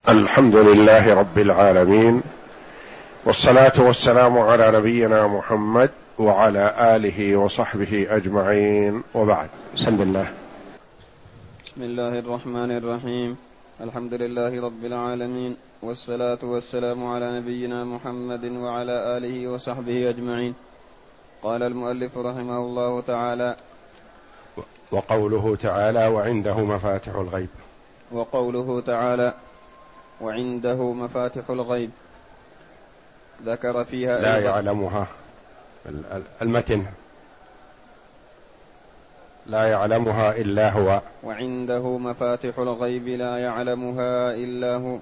الحمد لله رب العالمين، والصلاة والسلام على نبينا محمد وعلى آله وصحبه أجمعين، وبعد. بسم الله. بسم الله الرحمن الرحيم. الحمد لله رب العالمين، والصلاة والسلام على نبينا محمد وعلى آله وصحبه أجمعين. قال المؤلف رحمه الله تعالى: وقوله تعالى: وعنده مفاتح الغيب. وقوله تعالى: وعنده مفاتح الغيب، ذكر فيها لا يعلمها، المتن لا يعلمها إلا هو. وعنده مفاتح الغيب لا يعلمها إلا هو،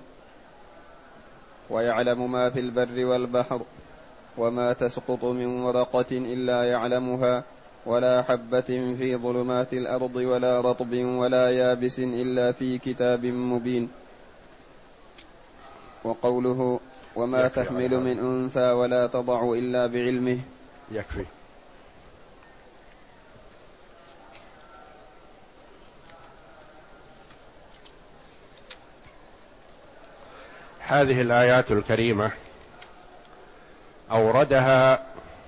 ويعلم ما في البر والبحر، وما تسقط من ورقة إلا يعلمها، ولا حبة في ظلمات الأرض ولا رطب ولا يابس إلا في كتاب مبين. وقوله: وما تحمل من أنثى ولا تضع إلا بعلمه. يكفي. هذه الآيات الكريمة أوردها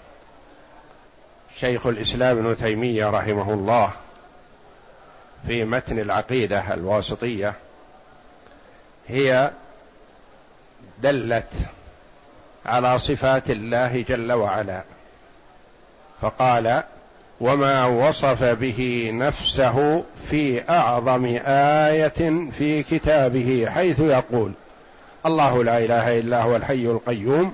شيخ الإسلام ابن تيمية رحمه الله في متن العقيدة الواسطية. هي دلت على صفات الله جل وعلا، فقال: وما وصف به نفسه في أعظم آية في كتابه، حيث يقول: الله لا إله إلا هو الحي القيوم،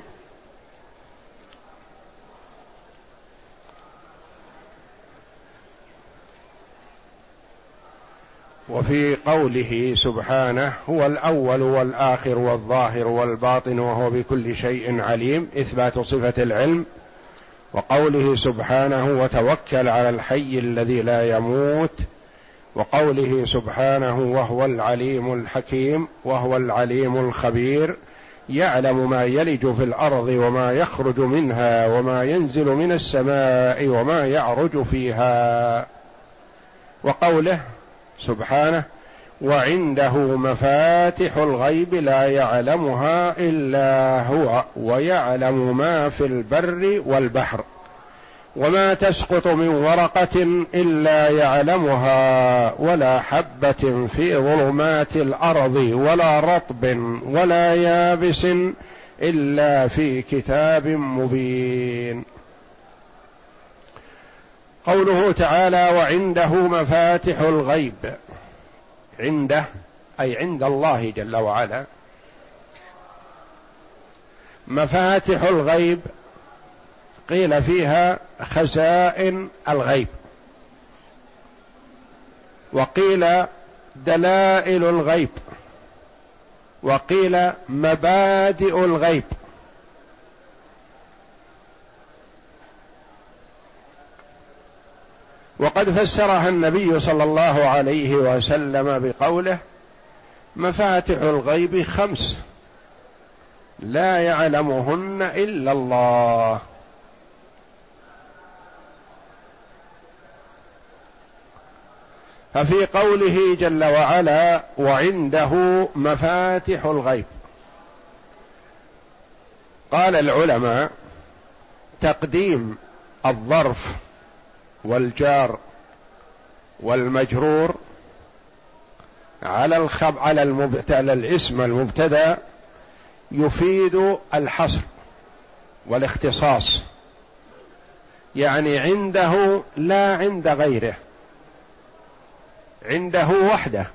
وفي قوله سبحانه: هو الأول والآخر والظاهر والباطن وهو بكل شيء عليم، إثبات صفة العلم. وقوله سبحانه: وتوكل على الحي الذي لا يموت. وقوله سبحانه: وهو العليم الحكيم، وهو العليم الخبير، يعلم ما يلج في الأرض وما يخرج منها وما ينزل من السماء وما يعرج فيها. وقوله سبحانه: وعنده مفاتح الغيب لا يعلمها إلا هو، ويعلم ما في البر والبحر، وما تسقط من ورقة إلا يعلمها، ولا حبة في ظلمات الأرض ولا رطب ولا يابس إلا في كتاب مبين. قوله تعالى: وعنده مفاتح الغيب، عنده أي عند الله جل وعلا. مفاتح الغيب قيل فيها خزائن الغيب، وقيل دلائل الغيب، وقيل مبادئ الغيب. وقد فسرها النبي صلى الله عليه وسلم بقوله: مفاتح الغيب 5 لا يعلمهن إلا الله. ففي قوله جل وعلا: وعنده مفاتح الغيب، قال العلماء: تقديم الظرف والجار والمجرور على الاسم المبتدأ يفيد الحصر والاختصاص، يعني عنده لا عند غيره، عنده وحده.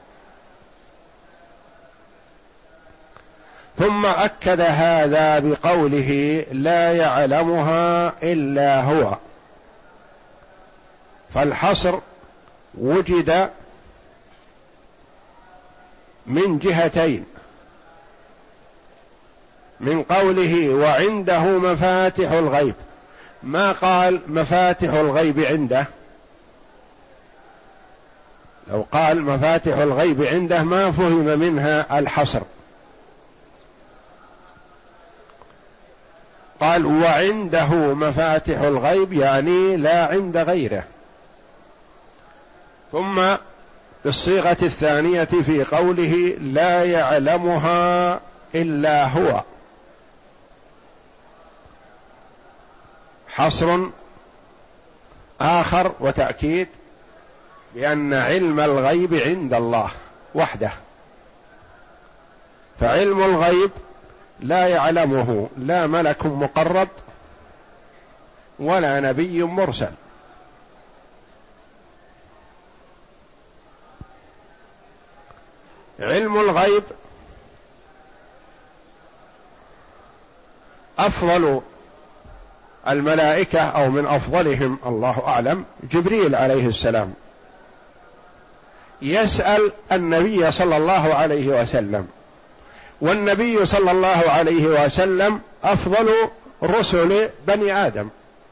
ثم أكد هذا بقوله: لا يعلمها إلا هو. فالحصر وجد من جهتين، من قوله: وعنده مفاتح الغيب، ما قال مفاتح الغيب عنده. لو قال مفاتح الغيب عنده ما فهم منها الحصر. قال: وعنده مفاتح الغيب، يعني لا عند غيره. ثم بالصيغة الثانية في قوله لا يعلمها إلا هو، حصر آخر وتأكيد بأن علم الغيب عند الله وحده، فعلم الغيب لا يعلمه لا ملك مقرب ولا نبي مرسل، علم الغيب أفضل الملائكة أو من أفضلهم الله أعلم جبريل عليه السلام، يسأل النبي صلى الله عليه وسلم، والنبي صلى الله عليه وسلم أفضل رسل بني آدم،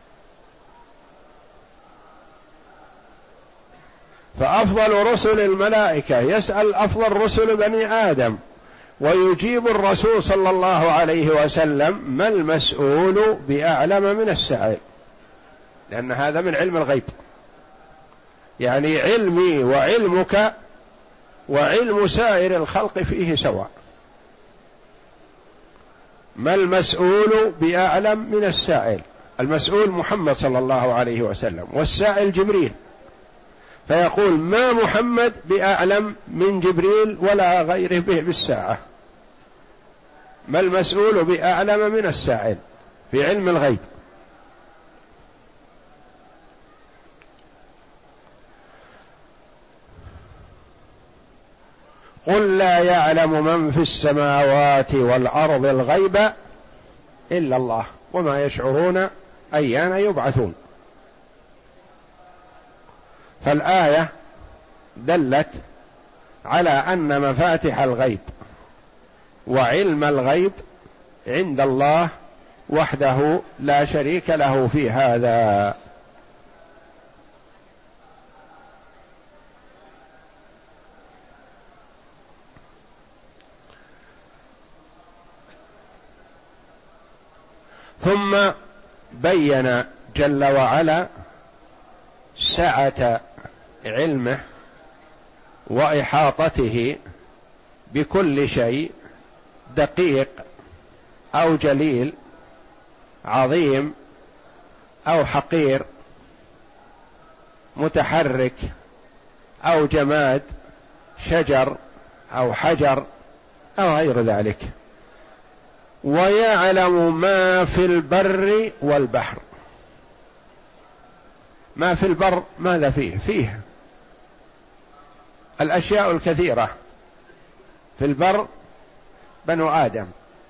فأفضل رسل الملائكة يسأل أفضل رسل بني آدم، ويجيب الرسول صلى الله عليه وسلم ما المسؤول بأعلم من السائل، لأن هذا من علم الغيب، يعني علمي وعلمك وعلم سائر الخلق فيه سواء، ما المسؤول بأعلم من السائل، المسؤول محمد صلى الله عليه وسلم والسائل جبريل، فيقول ما محمد بأعلم من جبريل ولا غيره به بالساعة، ما المسؤول بأعلم من السائل في علم الغيب. قل لا يعلم من في السماوات والأرض الغيب إلا الله وما يشعرون أيان يبعثون. فالآية دلت على أن مفاتح الغيب وعلم الغيب عند الله وحده لا شريك له في هذا. ثم بين جل وعلا سعة علمه وإحاطته بكل شيء دقيق أو جليل، عظيم أو حقير، متحرك أو جماد، شجر أو حجر أو غير ذلك، ويعلم ما في البر والبحر. ما في البر ماذا فيه؟ فيه الأشياء الكثيرة في البر، بنو آدم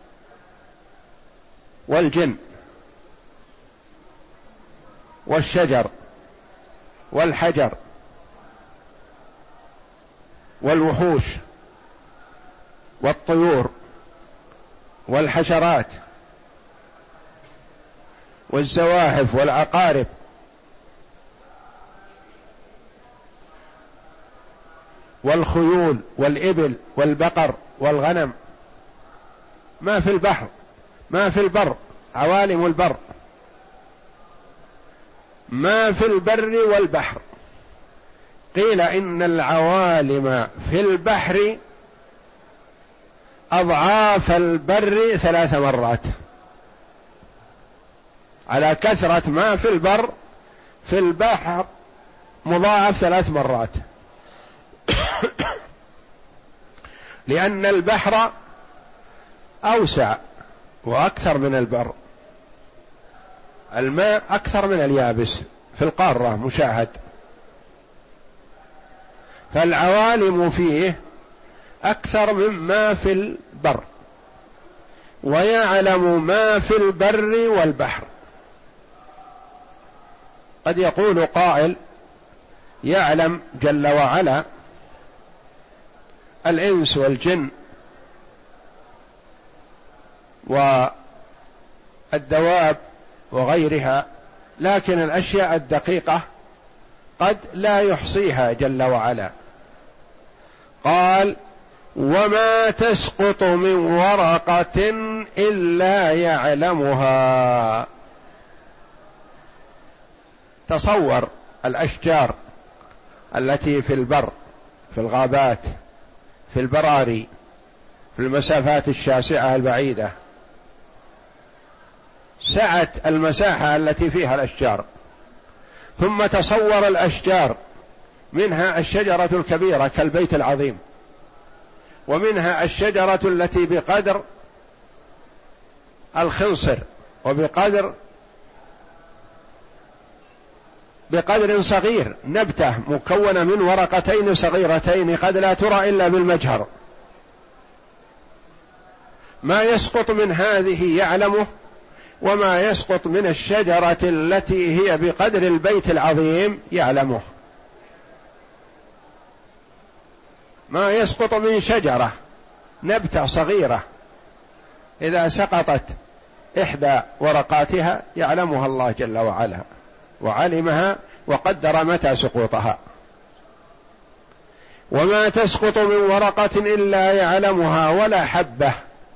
والجن والشجر والحجر والوحوش والطيور والحشرات والزواحف والعقارب والخيول والإبل والبقر والغنم. ما في البحر، ما في البر، عوالم البر، ما في البر والبحر. قيل إن العوالم في البحر أضعاف البر 3 مرات، على كثرة ما في البر في البحر مضاعف 3 مرات لأن البحر أوسع وأكثر من البر، الماء أكثر من اليابس في القارة مشاهد، فالعوالم فيه أكثر مما في البر. ويعلم ما في البر والبحر. قد يقول قائل يعلم جل وعلا الإنس والجن والدواب وغيرها، لكن الأشياء الدقيقة قد لا يحصيها جل وعلا. قال وما تسقط من ورقة إلا يعلمها. تصور الأشجار التي في البر في الغابات، في البراري، في المسافات الشاسعة البعيدة، سعة المساحة التي فيها الأشجار. ثم تصور الأشجار، منها الشجرة الكبيرة كالبيت العظيم، ومنها الشجرة التي بقدر الخنصر وبقدر صغير، نبتة مكونة من ورقتين صغيرتين قد لا ترى إلا بالمجهر، ما يسقط من هذه يعلمه، وما يسقط من الشجرة التي هي بقدر البيت العظيم يعلمه. ما يسقط من شجرة نبتة صغيرة إذا سقطت إحدى ورقاتها يعلمها الله جل وعلا، وعلمها وقدر متى سقوطها. وما تسقط من ورقة إلا يعلمها ولا حبة.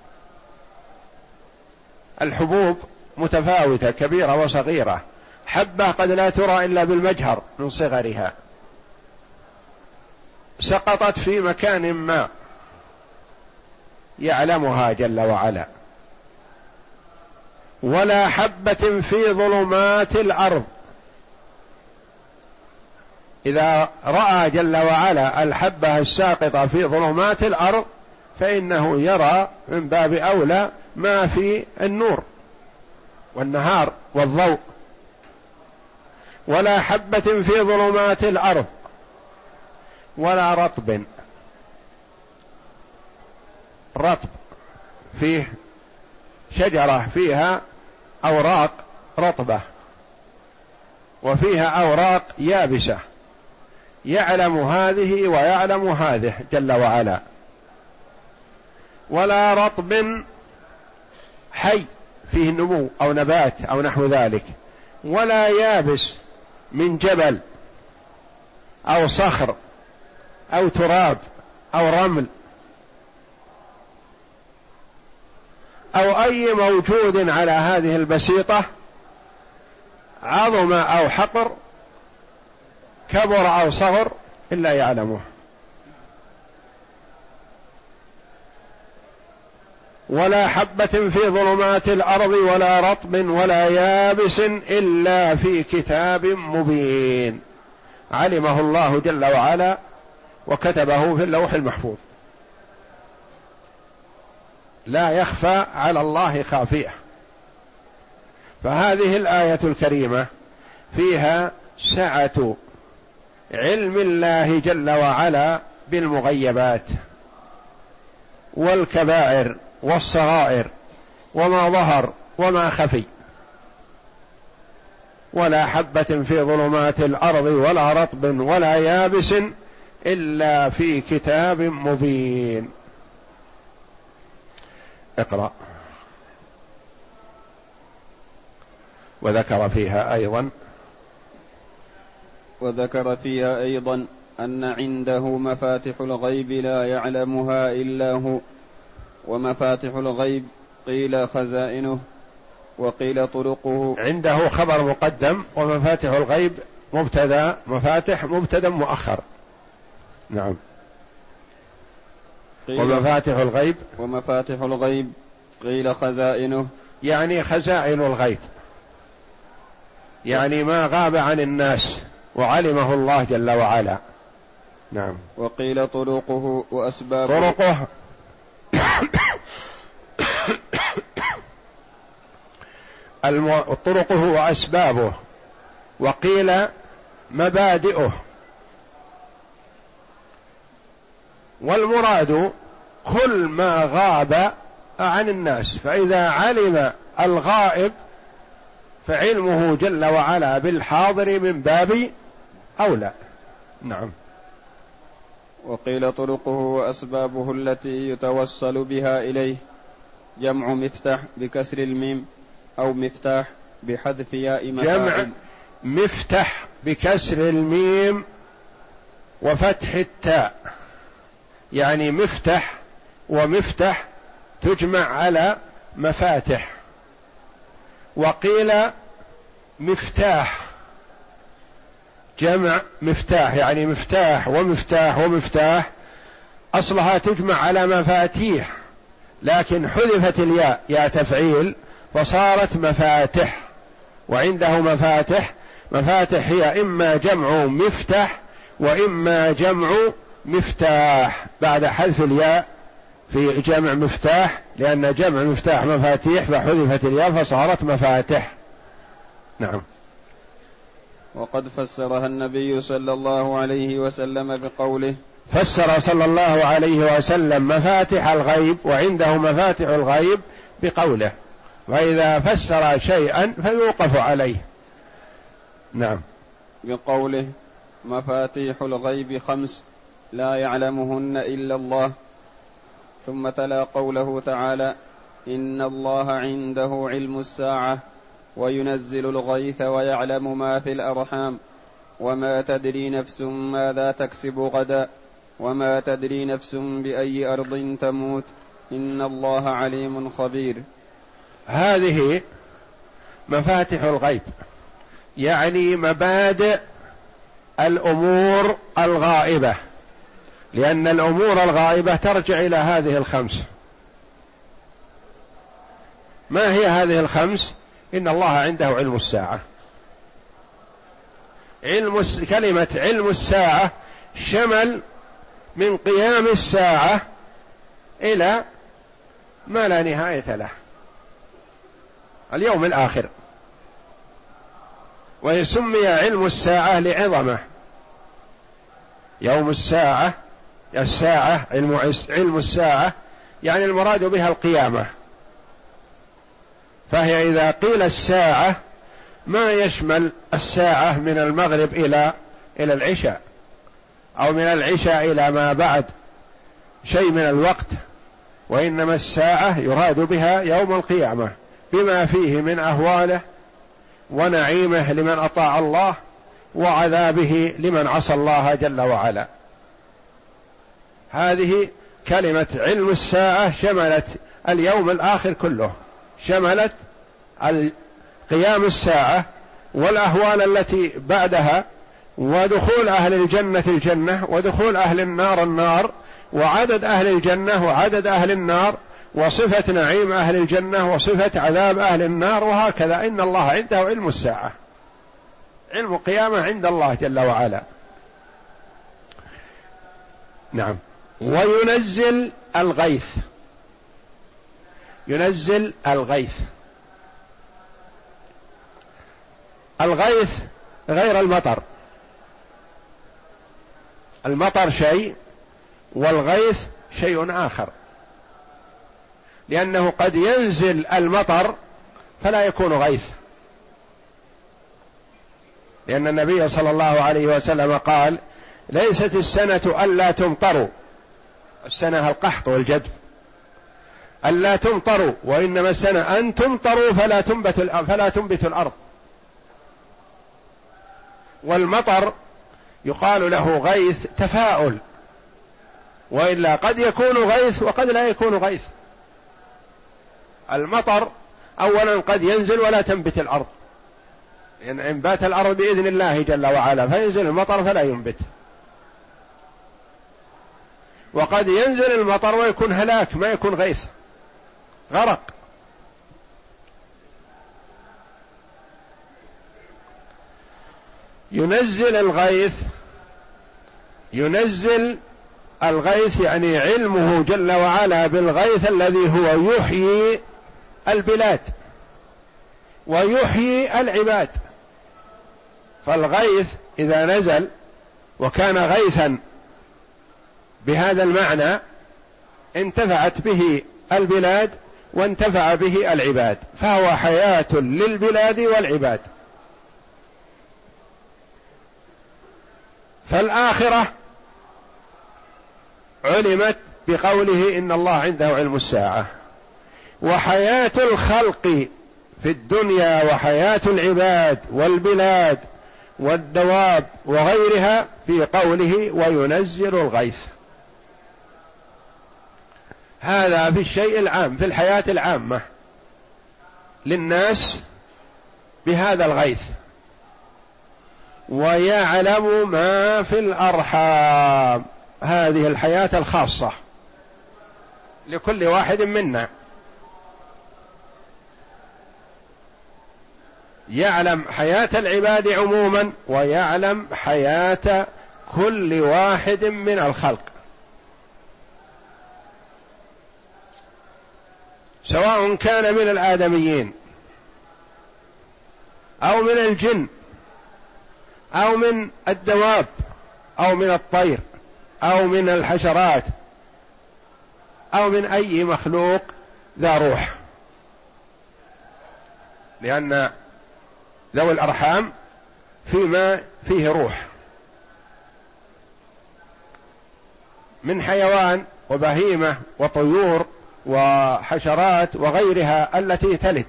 الحبوب متفاوتة كبيرة وصغيرة، حبة قد لا ترى إلا بالمجهر من صغرها، سقطت في مكان ما يعلمها جل وعلا. ولا حبة في ظلمات الأرض. إذا رأى جل وعلا الحبة الساقطة في ظلمات الأرض فإنه يرى من باب أولى ما في النور والنهار والضوء. ولا حبة في ظلمات الأرض ولا رطب. رطب فيه شجرة فيها أوراق رطبة وفيها أوراق يابسة، يعلم هذه ويعلم هذه جل وعلا. ولا رطب حي فيه نمو أو نبات أو نحو ذلك، ولا يابس من جبل أو صخر أو تراب أو رمل أو أي موجود على هذه البسيطة، عظم أو حقر، كبر أو صغر، إلا يعلمه. ولا حبة في ظلمات الأرض ولا رطب ولا يابس إلا في كتاب مبين، علمه الله جل وعلا وكتبه في اللوح المحفوظ، لا يخفى على الله خافية. فهذه الآية الكريمة فيها سعة علم الله جل وعلا بالمغيبات والكبائر والصغائر وما ظهر وما خفي. ولا حبة في ظلمات الأرض ولا رطب ولا يابس إلا في كتاب مبين. اقرأ. وذكر فيها أيضا أن عنده مفاتح الغيب لا يعلمها إلا هو. ومفاتح الغيب قيل خزائنه وقيل طرقه. عنده خبر مقدم، ومفاتح الغيب مبتدأ، مفاتح مبتدأ مؤخر. نعم. ومفاتح الغيب قيل خزائنه، يعني خزائن الغيب، يعني ما غاب عن الناس وعلمه الله جل وعلا. نعم. وقيل طرقه وأسبابه. طرقه وأسبابه، وقيل مبادئه. والمراد كل ما غاب عن الناس، فإذا علم الغائب فعلمه جل وعلا بالحاضر من باب أولى. نعم. وقيل طرقه وأسبابه التي يتوصل بها إليه، جمع مفتاح بكسر الميم أو مفتاح بحذف ياء مفاعل. جمع مفتح بكسر الميم وفتح التاء، يعني مفتح ومفتح تجمع على مفاتح. وقيل مفتاح جمع مفتاح، يعني مفتاح ومفتاح ومفتاح، أصلها تجمع على مفاتيح، لكن حذفت الياء، ياء تفعيل، فصارت مفاتح. وعنده مفاتح، مفاتح هي إما جمع مفتاح وإما جمع مفتاح، بعد حذف الياء في جمع مفتاح، لأن جمع مفتاح مفاتيح فحذفت الياء فصارت مفاتح. نعم. وقد فسرها النبي صلى الله عليه وسلم بقوله، فسر صلى الله عليه وسلم مفاتح الغيب، وعنده مفاتح الغيب، بقوله، وإذا فسر شيئا فيوقف عليه. نعم. بقوله مفاتيح الغيب 5 لا يعلمهن إلا الله. ثم تلا قوله تعالى إن الله عنده علم الساعة وينزل الغيث ويعلم ما في الأرحام وما تدري نفس ماذا تكسب غدا وما تدري نفس بأي أرض تموت إن الله عليم خبير. هذه مفاتح الغيب، يعني مبادئ الأمور الغائبة، لأن الأمور الغائبة ترجع إلى هذه 5. ما هي هذه 5؟ إن الله عنده علم الساعة. كلمة علم الساعة شمل من قيام الساعة إلى ما لا نهاية له، اليوم الآخر. ويسمي علم الساعة لعظمه، يوم الساعة، الساعة، علم الساعة، يعني المراد بها القيامة. فهي إذا قيل الساعة ما يشمل الساعة من المغرب إلى العشاء، أو من العشاء إلى ما بعد شيء من الوقت، وإنما الساعة يراد بها يوم القيامة بما فيه من أهواله ونعيمه لمن أطاع الله وعذابه لمن عصى الله جل وعلا. هذه كلمة علم الساعة شملت اليوم الآخر كله، شملت قيام الساعة والأهوال التي بعدها، ودخول أهل الجنة الجنة، ودخول أهل النار النار، وعدد أهل الجنة وعدد أهل النار، وصفة نعيم أهل الجنة وصفة عذاب أهل النار، وهكذا. إن الله عنده علم الساعة، علم القيامة عند الله جل وعلا. نعم. وينزل الغيث، ينزل الغيث. الغيث غير المطر، المطر شيء والغيث شيء آخر، لأنه قد ينزل المطر فلا يكون غيث، لأن النبي صلى الله عليه وسلم قال ليست السنة ألا تمطروا، السنة القحط والجدب، ألا تمطروا، وإنما السنة أن تمطروا فلا تنبت الأرض. والمطر يقال له غيث تفاؤل، وإلا قد يكون غيث وقد لا يكون غيث. المطر أولا قد ينزل ولا تنبت الأرض، لأن يعني إنبات الأرض بإذن الله جل وعلا، فينزل المطر فلا ينبت. وقد ينزل المطر ويكون هلاك، ما يكون غيث، غرق. ينزل الغيث، ينزل الغيث يعني علمه جل وعلا بالغيث الذي هو يحيي البلاد ويحيي العباد. فالغيث إذا نزل وكان غيثا بهذا المعنى انتفعت به البلاد وانتفع به العباد، فهو حياة للبلاد والعباد. فالآخرة علمت بقوله إن الله عنده علم الساعة، وحياة الخلق في الدنيا وحياة العباد والبلاد والدواب وغيرها في قوله وينزل الغيث. هذا في الشيء العام، في الحياة العامة للناس بهذا الغيث. ويعلم ما في الأرحام. هذه الحياة الخاصة لكل واحد منا، يعلم حياة العباد عموما ويعلم حياة كل واحد من الخلق، سواء كان من الآدميين أو من الجن أو من الدواب أو من الطير أو من الحشرات أو من أي مخلوق ذا روح، لأن ذوي الأرحام فيما فيه روح من حيوان وبهيمة وطيور وحشرات وغيرها التي تلد.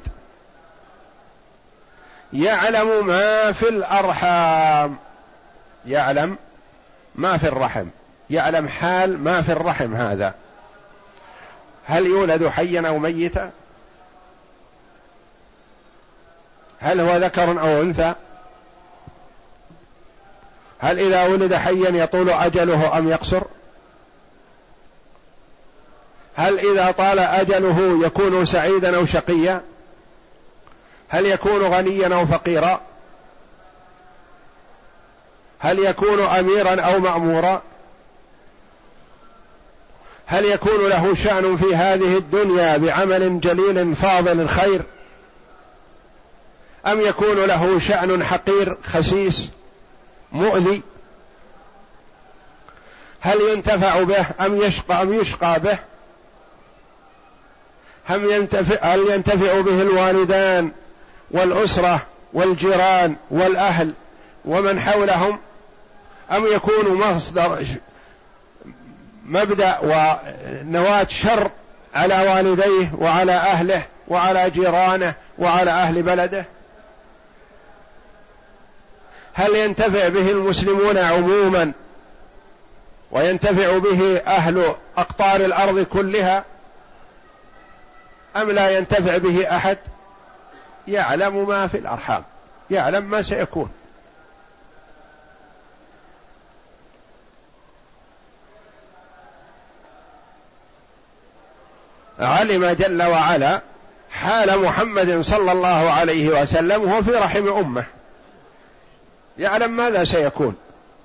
يعلم ما في الأرحام، يعلم ما في الرحم، يعلم حال ما في الرحم هذا، هل يولد حيا أو ميتا، هل هو ذكر أو أنثى، هل إذا ولد حيا يطول أجله أم يقصر، هل إذا طال أجله يكون سعيدا أو شقيا، هل يكون غنيا أو فقيرا، هل يكون أميرا أو مأمورا، هل يكون له شأن في هذه الدنيا بعمل جليل فاضل خير، أم يكون له شأن حقير خسيس مؤذي، هل ينتفع به أم يشقى به، هل ينتفع به الوالدان والأسرة والجيران والأهل ومن حولهم، أم يكون مبدأ ونواة شر على والديه وعلى أهله وعلى جيرانه وعلى أهل بلده، هل ينتفع به المسلمون عموما وينتفع به أهل أقطار الأرض كلها أم لا ينتفع به أحد؟ يعلم ما في الأرحام، يعلم ما سيكون. علم جل وعلا حال محمد صلى الله عليه وسلم وهو في رحم أمه، يعلم ماذا سيكون،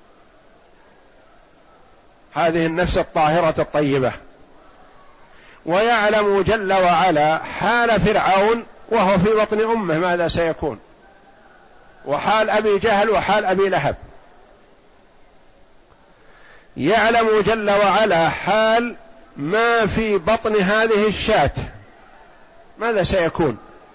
هذه النفس الطاهرة الطيبة. ويعلم جل وعلا حال فرعون وهو في بطن أمه ماذا سيكون، وحال أبي جهل وحال أبي لهب. يعلم جل وعلا حال ما في بطن هذه الشاة ماذا سيكون،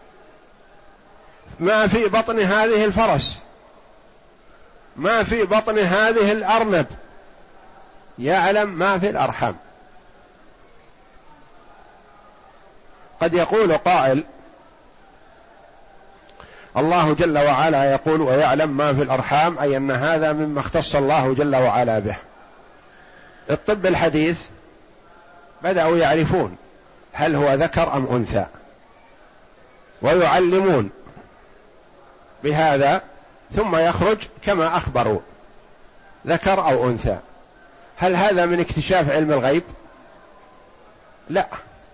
ما في بطن هذه الفرس، ما في بطن هذه الأرنب، يعلم ما في الأرحام. قد يقول قائل الله جل وعلا يقول ويعلم ما في الأرحام، أي أن هذا مما اختص الله جل وعلا به. الطب الحديث بدأوا يعرفون هل هو ذكر أم أنثى، ويعلمون بهذا ثم يخرج كما أخبروا ذكر أو أنثى. هل هذا من اكتشاف علم الغيب؟ لا،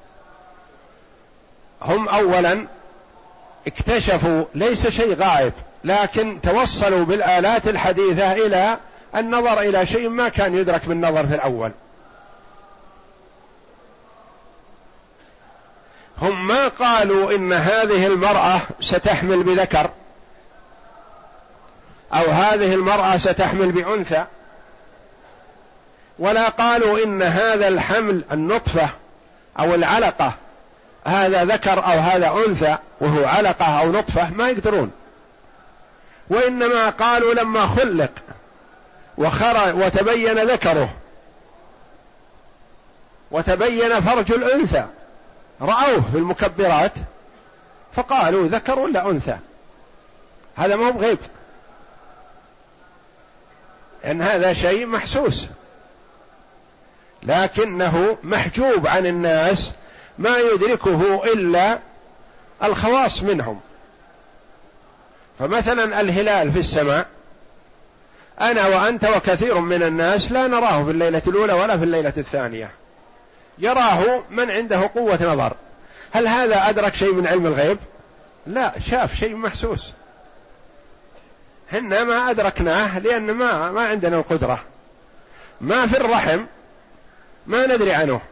هم أولا اكتشفوا ليس شيء غائب، لكن توصلوا بالآلات الحديثة إلى النظر إلى شيء ما كان يدرك بالنظر في الأول. هم ما قالوا إن هذه المرأة ستحمل بذكر أو هذه المرأة ستحمل بأنثى، ولا قالوا إن هذا الحمل النطفة أو العلقة هذا ذكر أو هذا أنثى وهو علقة أو نطفة، ما يقدرون. وإنما قالوا لما خلق وتبين ذكره وتبين فرج الأنثى رأوه في المكبرات فقالوا ذكر ولا أنثى. هذا ما هو غيب، إن هذا شيء محسوس لكنه محجوب عن الناس، ما يدركه إلا الخواص منهم. فمثلا الهلال في السماء أنا وأنت وكثير من الناس لا نراه في الليلة الأولى ولا في الليلة الثانية، يراه من عنده قوة نظر. هل هذا أدرك شيء من علم الغيب؟ لا، شاف شيء محسوس. حنا ما أدركناه لأن ما عندنا القدرة. ما في الرحم ما ندري عنه.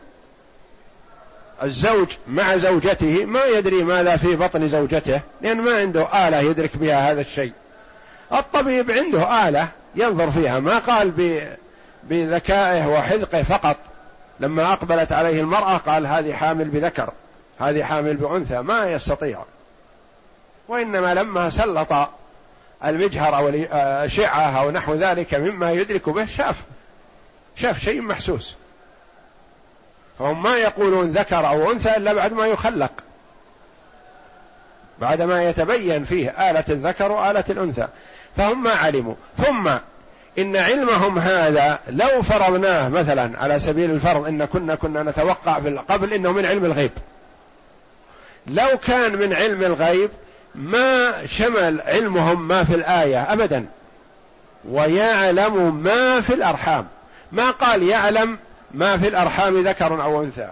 الزوج مع زوجته ما يدري ماذا في بطن زوجته لأن ما عنده آلة يدرك بها هذا الشيء. الطبيب عنده آلة ينظر فيها، ما قال بذكائه وحذقه فقط. لما أقبلت عليه المرأة قال هذه حامل بذكر، هذه حامل بأنثى، ما يستطيع. وإنما لما سلط المجهر أو الأشعة أو نحو ذلك مما يدرك به شاف شيء محسوس. فهم ما يقولون ذكر أو أنثى إلا بعد ما يخلق، بعد ما يتبين فيه آلة الذكر وآلة الأنثى، فهم ما علموا. ثم إن علمهم هذا لو فرضناه مثلا على سبيل الفرض إن كنا نتوقع في قبل إنه من علم الغيب، لو كان من علم الغيب ما شمل علمهم ما في الآية أبدا. ويعلم ما في الأرحام، ما قال يعلم ما في الأرحام ذكر أو أنثى،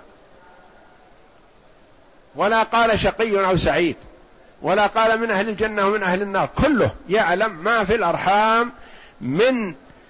ولا قال شقي أو سعيد، ولا قال من أهل الجنة ومن أهل النار، كله يعلم ما في الأرحام من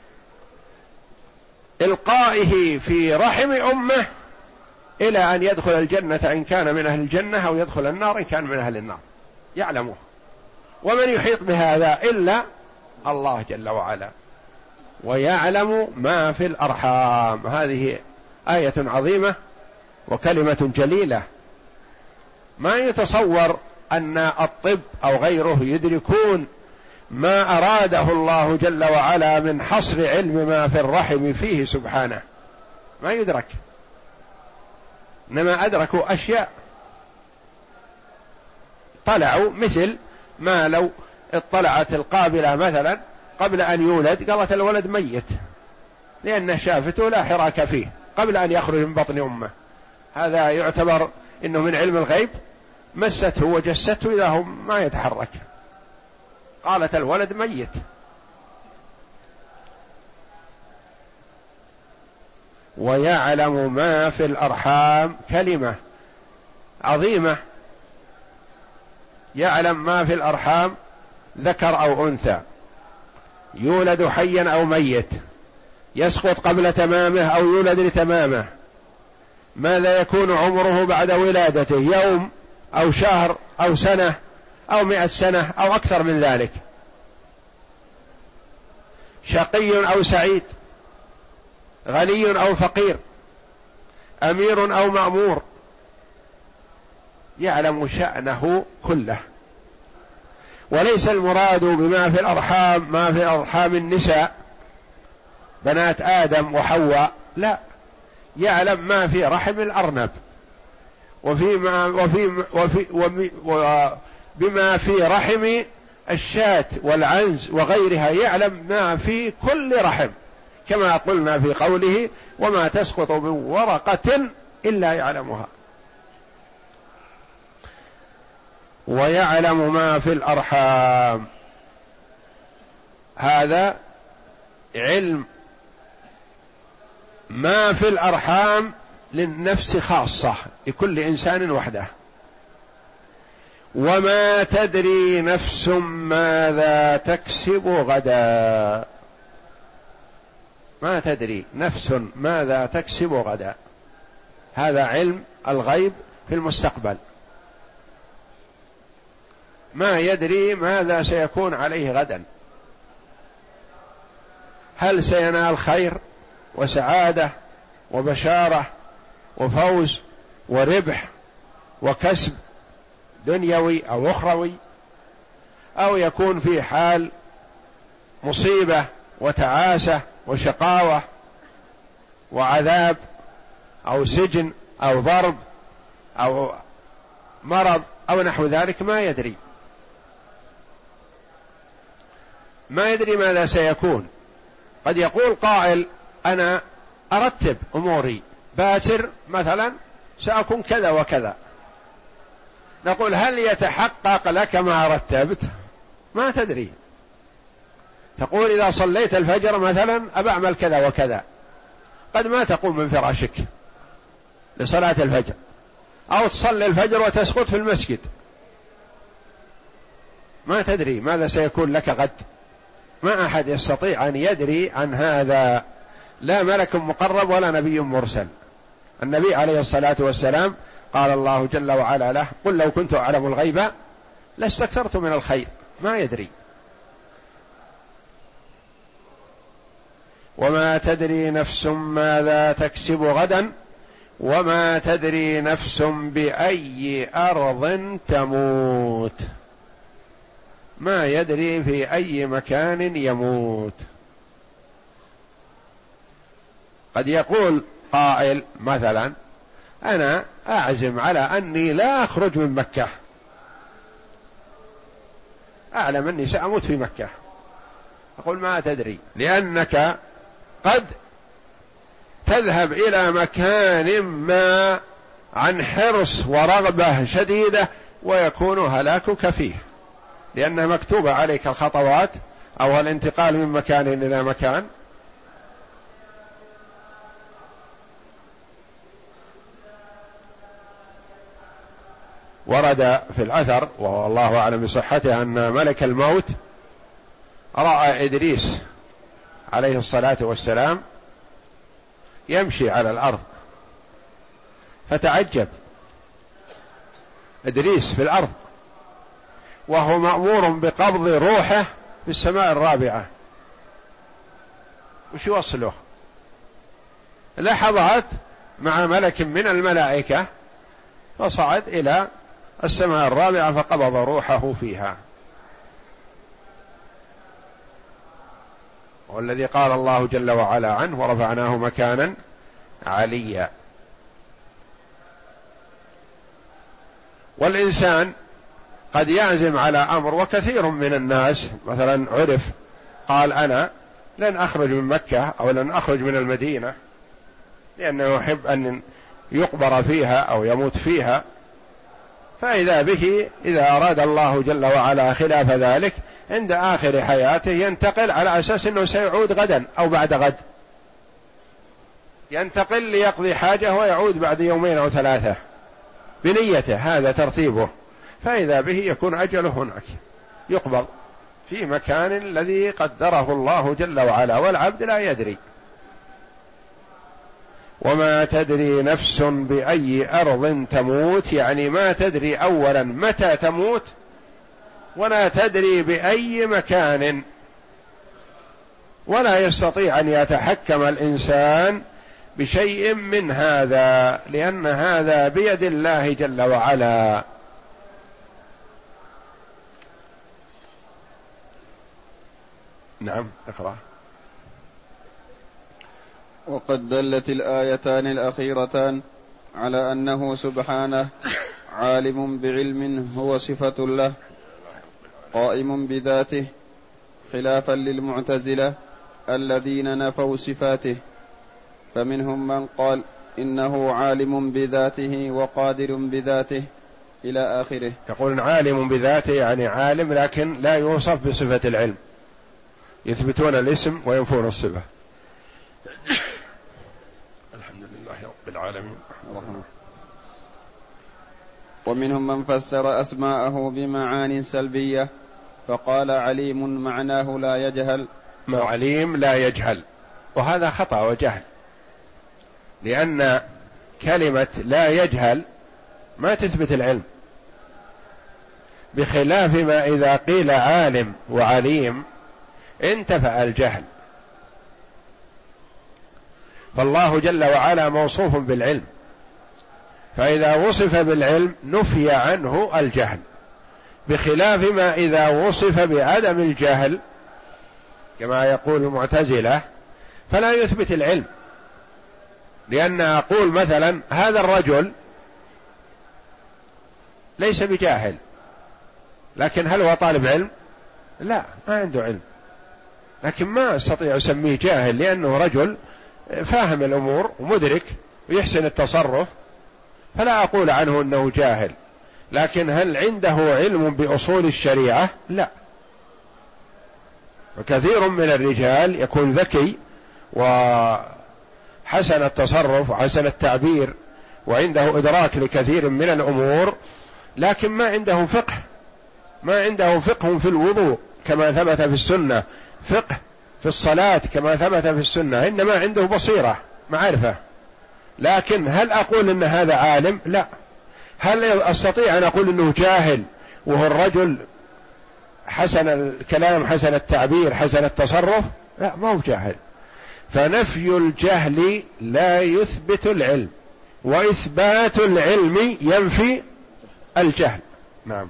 إلقائه في رحم أمه إلى أن يدخل الجنة إن كان من أهل الجنة أو يدخل النار إن كان من أهل النار، يعلمه. ومن يحيط بهذا إلا الله جل وعلا. ويعلم ما في الأرحام، هذه آية عظيمة وكلمة جليلة. ما يتصور أن الطب أو غيره يدركون ما أراده الله جل وعلا من حصر علم ما في الرحم فيه سبحانه، ما يدرك. إنما أدركوا أشياء، طلعوا مثل ما لو اطلعت القابلة مثلا قبل أن يولد قالت الولد ميت لأن شافته لا حراك فيه قبل أن يخرج من بطن أمه، هذا يعتبر إنه من علم الغيب. مسته وجسته إذا هو ما يتحرك، قالت الولد ميت. ويعلم ما في الأرحام، كلمة عظيمة. يعلم ما في الأرحام ذكر أو أنثى، يولد حيا أو ميت، يسقط قبل تمامه أو يولد لتمامه، ماذا يكون عمره بعد ولادته، يوم أو شهر أو سنة أو 100 سنة أو أكثر من ذلك، شقي أو سعيد، غني أو فقير، أمير أو مأمور، يعلم شأنه كله. وليس المراد بما في الأرحام ما في أرحام النساء بنات آدم وحواء، لا، يعلم ما في رحم الأرنب بما في رحم الشاة والعنز وغيرها، يعلم ما في كل رحم، كما قلنا في قوله وما تسقط من ورقة إلا يعلمها. ويعلم ما في الأرحام، هذا علم ما في الأرحام للنفس خاصة لكل إنسان وحده. وما تدري نفس ماذا تكسب غدا، ما تدري نفس ماذا تكسب غدا، هذا علم الغيب في المستقبل. ما يدري ماذا سيكون عليه غدا، هل سينال خير وسعادة وبشارة وفوز وربح وكسب دنيوي أو أخروي، أو يكون في حال مصيبة وتعاسة وشقاوة وعذاب أو سجن أو ضرب أو مرض أو نحو ذلك، ما يدري، ما يدري ماذا سيكون. قد يقول قائل أنا أرتب أموري باكر مثلا سأكون كذا وكذا، نقول هل يتحقق لك ما رتبت؟ ما تدري، تقول إذا صليت الفجر مثلا أبعمل كذا وكذا، قد ما تقوم من فراشك لصلاة الفجر، أو تصلي الفجر وتسقط في المسجد، ما تدري ماذا سيكون لك غد. ما أحد يستطيع أن يدري عن هذا، لا ملك مقرب ولا نبي مرسل. النبي عليه الصلاة والسلام قال الله جل وعلا له: قل لو كنت أعلم الغيب لاستكثرت من الخير. ما يدري. وما تدري نفس ماذا تكسب غدا وما تدري نفس بأي أرض تموت. ما يدري في أي مكان يموت. قد يقول قائل مثلا: أنا أعزم على أني لا أخرج من مكة، أعلم أني سأموت في مكة. أقول: ما تدري، لأنك قد تذهب إلى مكان ما عن حرص ورغبة شديدة ويكون هلاكك فيه، لأن مكتوب عليك الخطوات أو الانتقال من مكان إلى مكان. ورد في الأثر والله أعلم بصحته أن ملك الموت رأى إدريس عليه الصلاة والسلام يمشي على الأرض، فتعجب. إدريس في الأرض وهو مأمور بقبض روحه في السماء الرابعة، وش يوصله؟ لحظات مع ملك من الملائكة، فصعد إلى السماء الرابعة فقبض روحه فيها. والذي قال الله جل وعلا عنه: ورفعناه مكانا عليا. والإنسان قد يعزم على أمر، وكثير من الناس مثلا عرف قال: أنا لن أخرج من مكة أو لن أخرج من المدينة لأنه يحب أن يقبر فيها أو يموت فيها، فإذا به إذا أراد الله جل وعلا خلاف ذلك عند آخر حياته ينتقل على أساس أنه سيعود غدا أو بعد غد، ينتقل ليقضي حاجة ويعود بعد يومين أو ثلاثة بنيته، هذا ترتيبه. فإذا به يكون أجله هناك، يقبض في مكان الذي قدره الله جل وعلا، والعبد لا يدري. وما تدري نفس بأي أرض تموت، يعني ما تدري أولا متى تموت، ولا تدري بأي مكان. ولا يستطيع أن يتحكم الإنسان بشيء من هذا، لأن هذا بيد الله جل وعلا. نعم، اقرأ. وقد دلت الآيتان الأخيرتان على أنه سبحانه عالم بعلم هو صفة له، قائم بذاته، خلافا للمعتزلة الذين نفوا صفاته، فمنهم من قال إنه عالم بذاته وقادر بذاته إلى آخره. يقول عالم بذاته يعني عالم لكن لا يوصف بصفة العلم، يثبتون الاسم وينفون الصفة. الحمد لله رب العالمين. ومنهم من فسر أسماءه بمعان سلبية فقال عليم معناه لا يجهل. عليم لا يجهل، وهذا خطأ وجهل، لأن كلمة لا يجهل ما تثبت العلم، بخلاف ما إذا قيل عالم وعليم انتفى الجهل. فالله جل وعلا موصوف بالعلم، فإذا وصف بالعلم نفي عنه الجهل، بخلاف ما إذا وصف بعدم الجهل كما يقول المعتزلة فلا يثبت العلم. لأن أقول مثلا هذا الرجل ليس بجاهل، لكن هل هو طالب علم؟ لا، ما عنده علم، لكن ما أستطيع أسميه جاهل لأنه رجل فاهم الأمور ومدرك ويحسن التصرف، فلا أقول عنه أنه جاهل. لكن هل عنده علم بأصول الشريعة؟ لا. وكثير من الرجال يكون ذكي وحسن التصرف وحسن التعبير وعنده إدراك لكثير من الأمور، لكن ما عنده فقه، ما عنده فقه في الوضوء كما ثبت في السنة، فقه في الصلاة كما ثبت في السنة، إنما عنده بصيرة معرفة. لكن هل أقول إن هذا عالم؟ لا. هل أستطيع أن أقول إنه جاهل وهو الرجل حسن الكلام حسن التعبير حسن التصرف؟ لا، ما هو جاهل. فنفي الجهل لا يثبت العلم، وإثبات العلم ينفي الجهل. نعم.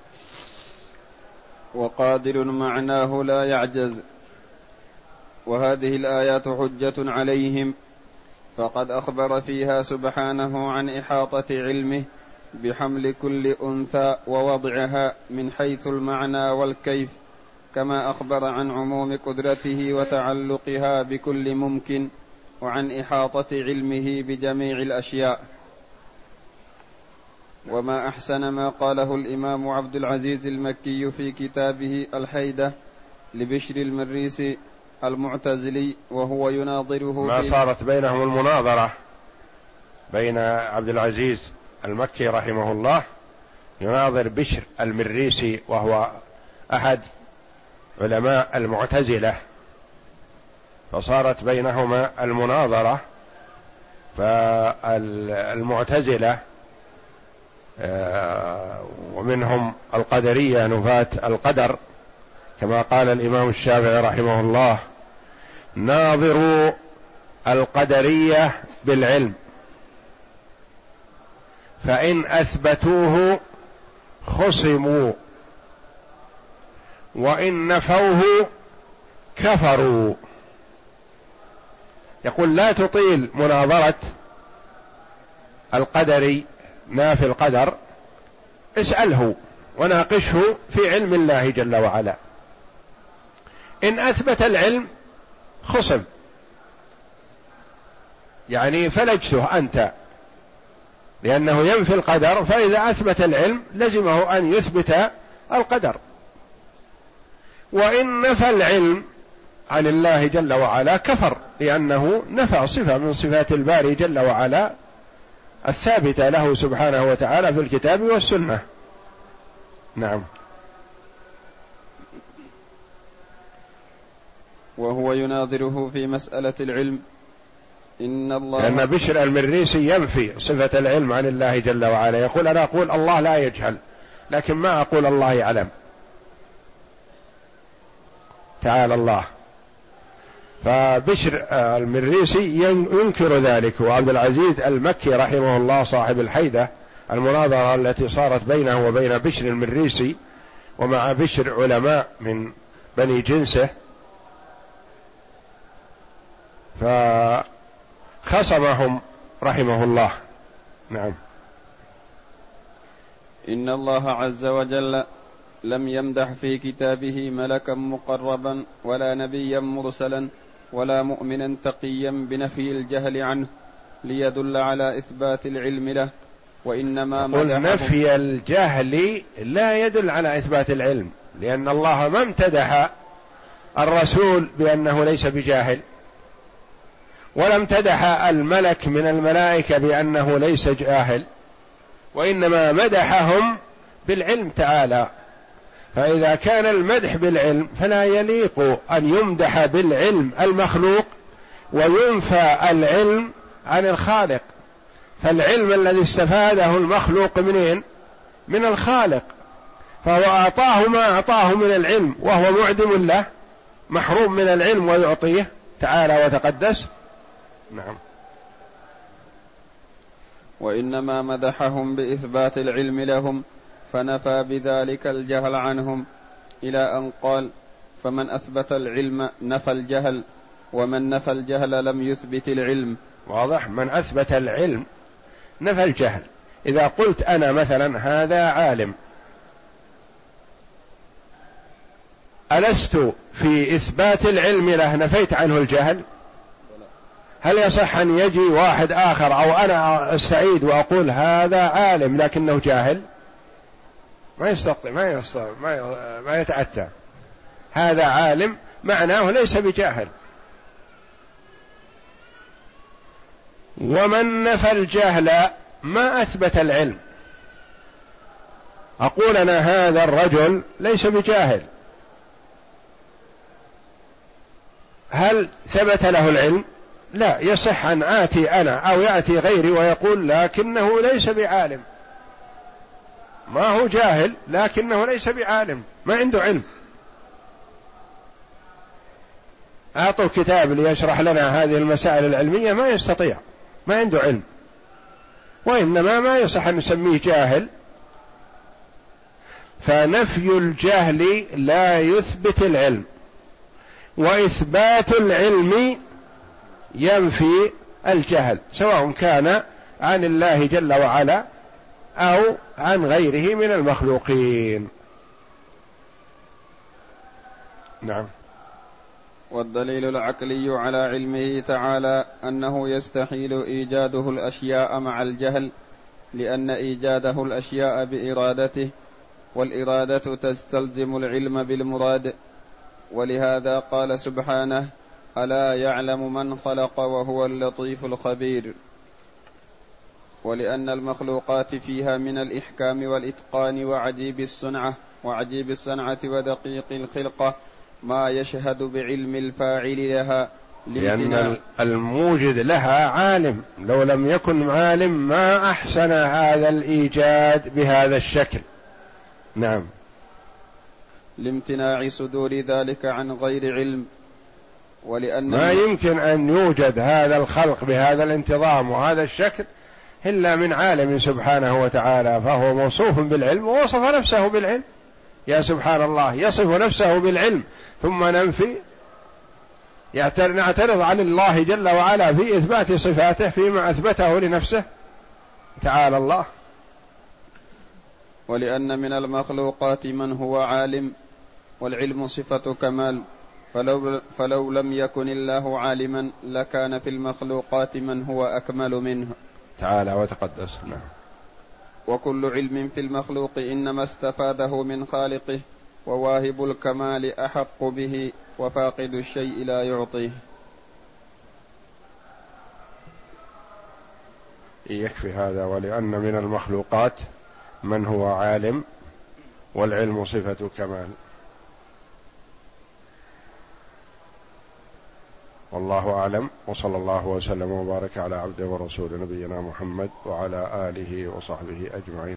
وقادر معناه لا يعجز. وهذه الآيات حجة عليهم، فقد أخبر فيها سبحانه عن إحاطة علمه بحمل كل أنثى ووضعها من حيث المعنى والكيف، كما أخبر عن عموم قدرته وتعلقها بكل ممكن، وعن إحاطة علمه بجميع الأشياء. وما أحسن ما قاله الإمام عبد العزيز المكي في كتابه الحيدة لبشر المريسي المعتزلي وهو يناظره، ما صارت بينهم المناظرة بين عبد العزيز المكي رحمه الله يناظر بشر المريسي وهو أحد علماء المعتزلة، فصارت بينهما المناظرة. فالمعتزلة ومنهم القدرية نفاة القدر، كما قال الإمام الشافعي رحمه الله: ناظروا القدرية بالعلم، فإن أثبتوه خصموا، وإن نفوه كفروا. يقول لا تطيل مناظرة القدري نافي القدر، اسأله وناقشه في علم الله جل وعلا، إن أثبت العلم خصم، يعني فلجته أنت، لأنه ينفي القدر، فإذا أثبت العلم لزمه أن يثبت القدر. وإن نفى العلم عن الله جل وعلا كفر، لأنه نفى صفة من صفات الباري جل وعلا الثابتة له سبحانه وتعالى في الكتاب والسنة. نعم. وهو يناظره في مسألة العلم. إن الله، لأن بشر المريسي ينفي صفة العلم عن الله جل وعلا، يقول أنا أقول الله لا يجهل، لكن ما أقول الله يعلم، تعالى الله. فبشر المريسي ينكر ذلك، وعبد العزيز المكي رحمه الله صاحب الحيدة المناظرة التي صارت بينه وبين بشر المريسي ومع بشر علماء من بني جنسه، فخصمهم رحمه الله. نعم. إن الله عز وجل لم يمدح في كتابه ملكا مقربا ولا نبيا مرسلا ولا مؤمنا تقيا بنفي الجهل عنه ليدل على إثبات العلم له، وإنما مدحه. نفي الجهل لا يدل على إثبات العلم، لأن الله ما امتدح الرسول بأنه ليس بجاهل، ولا امتدح الملك من الملائكة بأنه ليس جاهل، وإنما مدحهم بالعلم تعالى. فإذا كان المدح بالعلم فلا يليق أن يمدح بالعلم المخلوق وينفى العلم عن الخالق، فالعلم الذي استفاده المخلوق منين؟ من الخالق، فهو أعطاه ما أعطاه من العلم وهو معدم له، محروم من العلم ويعطيه تعالى وتقدس. نعم. وإنما مدحهم بإثبات العلم لهم، فنفى بذلك الجهل عنهم، إلى أن قال: فمن أثبت العلم نفى الجهل، ومن نفى الجهل لم يثبت العلم. واضح؟ من أثبت العلم نفى الجهل. إذا قلت أنا مثلا هذا عالم، ألست في إثبات العلم له نفيت عنه الجهل؟ هل يصح أن يجي واحد آخر أو أنا أستعيد وأقول هذا عالم لكنه جاهل؟ ما يستطيع، ما يتأتى. هذا عالم معناه ليس بجاهل. ومن نفى الجهل ما أثبت العلم. أقول أنا هذا الرجل ليس بجاهل، هل ثبت له العلم؟ لا، يصح أن آتي أنا أو يأتي غيري ويقول لكنه ليس بعالم، ما هو جاهل لكنه ليس بعالم، ما عنده علم. أعطوا كتاب ليشرح لنا هذه المسائل العلمية ما يستطيع، ما عنده علم، وإنما ما يصح أن نسميه جاهل. فنفي الجهل لا يثبت العلم، وإثبات العلم ينفي الجهل، سواء كان عن الله جل وعلا أو عن غيره من المخلوقين. نعم. والدليل العقلي على علمه تعالى أنه يستحيل إيجاده الأشياء مع الجهل، لأن إيجاده الأشياء بإرادته، والإرادة تستلزم العلم بالمراد. ولهذا قال سبحانه: ألا يعلم من خلق وهو اللطيف الخبير. ولأن المخلوقات فيها من الإحكام والإتقان وعجيب الصنعة ودقيق الخلقة ما يشهد بعلم الفاعل لها، لأن الموجد لها عالم، لو لم يكن عالم ما أحسن هذا الإيجاد بهذا الشكل. نعم. لامتناع صدور ذلك عن غير علم، ولأن ما يمكن أن يوجد هذا الخلق بهذا الانتظام وهذا الشكل إلا من عالم سبحانه وتعالى، فهو موصوف بالعلم ووصف نفسه بالعلم. يا سبحان الله، يصف نفسه بالعلم ثم ننفي، نعترض عن الله جل وعلا في إثبات صفاته فيما أثبته لنفسه تعالى الله. ولأن من المخلوقات من هو عالم، والعلم صفة كمال، فلو لم يكن الله عالما لكان في المخلوقات من هو أكمل منه تعالى وتقدس. نعم. وكل علم في المخلوق إنما استفاده من خالقه، وواهب الكمال أحق به، وفاقد الشيء لا يعطيه. يكفي هذا. ولأن من المخلوقات من هو عالم، والعلم صفة كمال. والله أعلم، وصلى الله وسلم وبارك على عبده ورسوله نبينا محمد وعلى آله وصحبه أجمعين.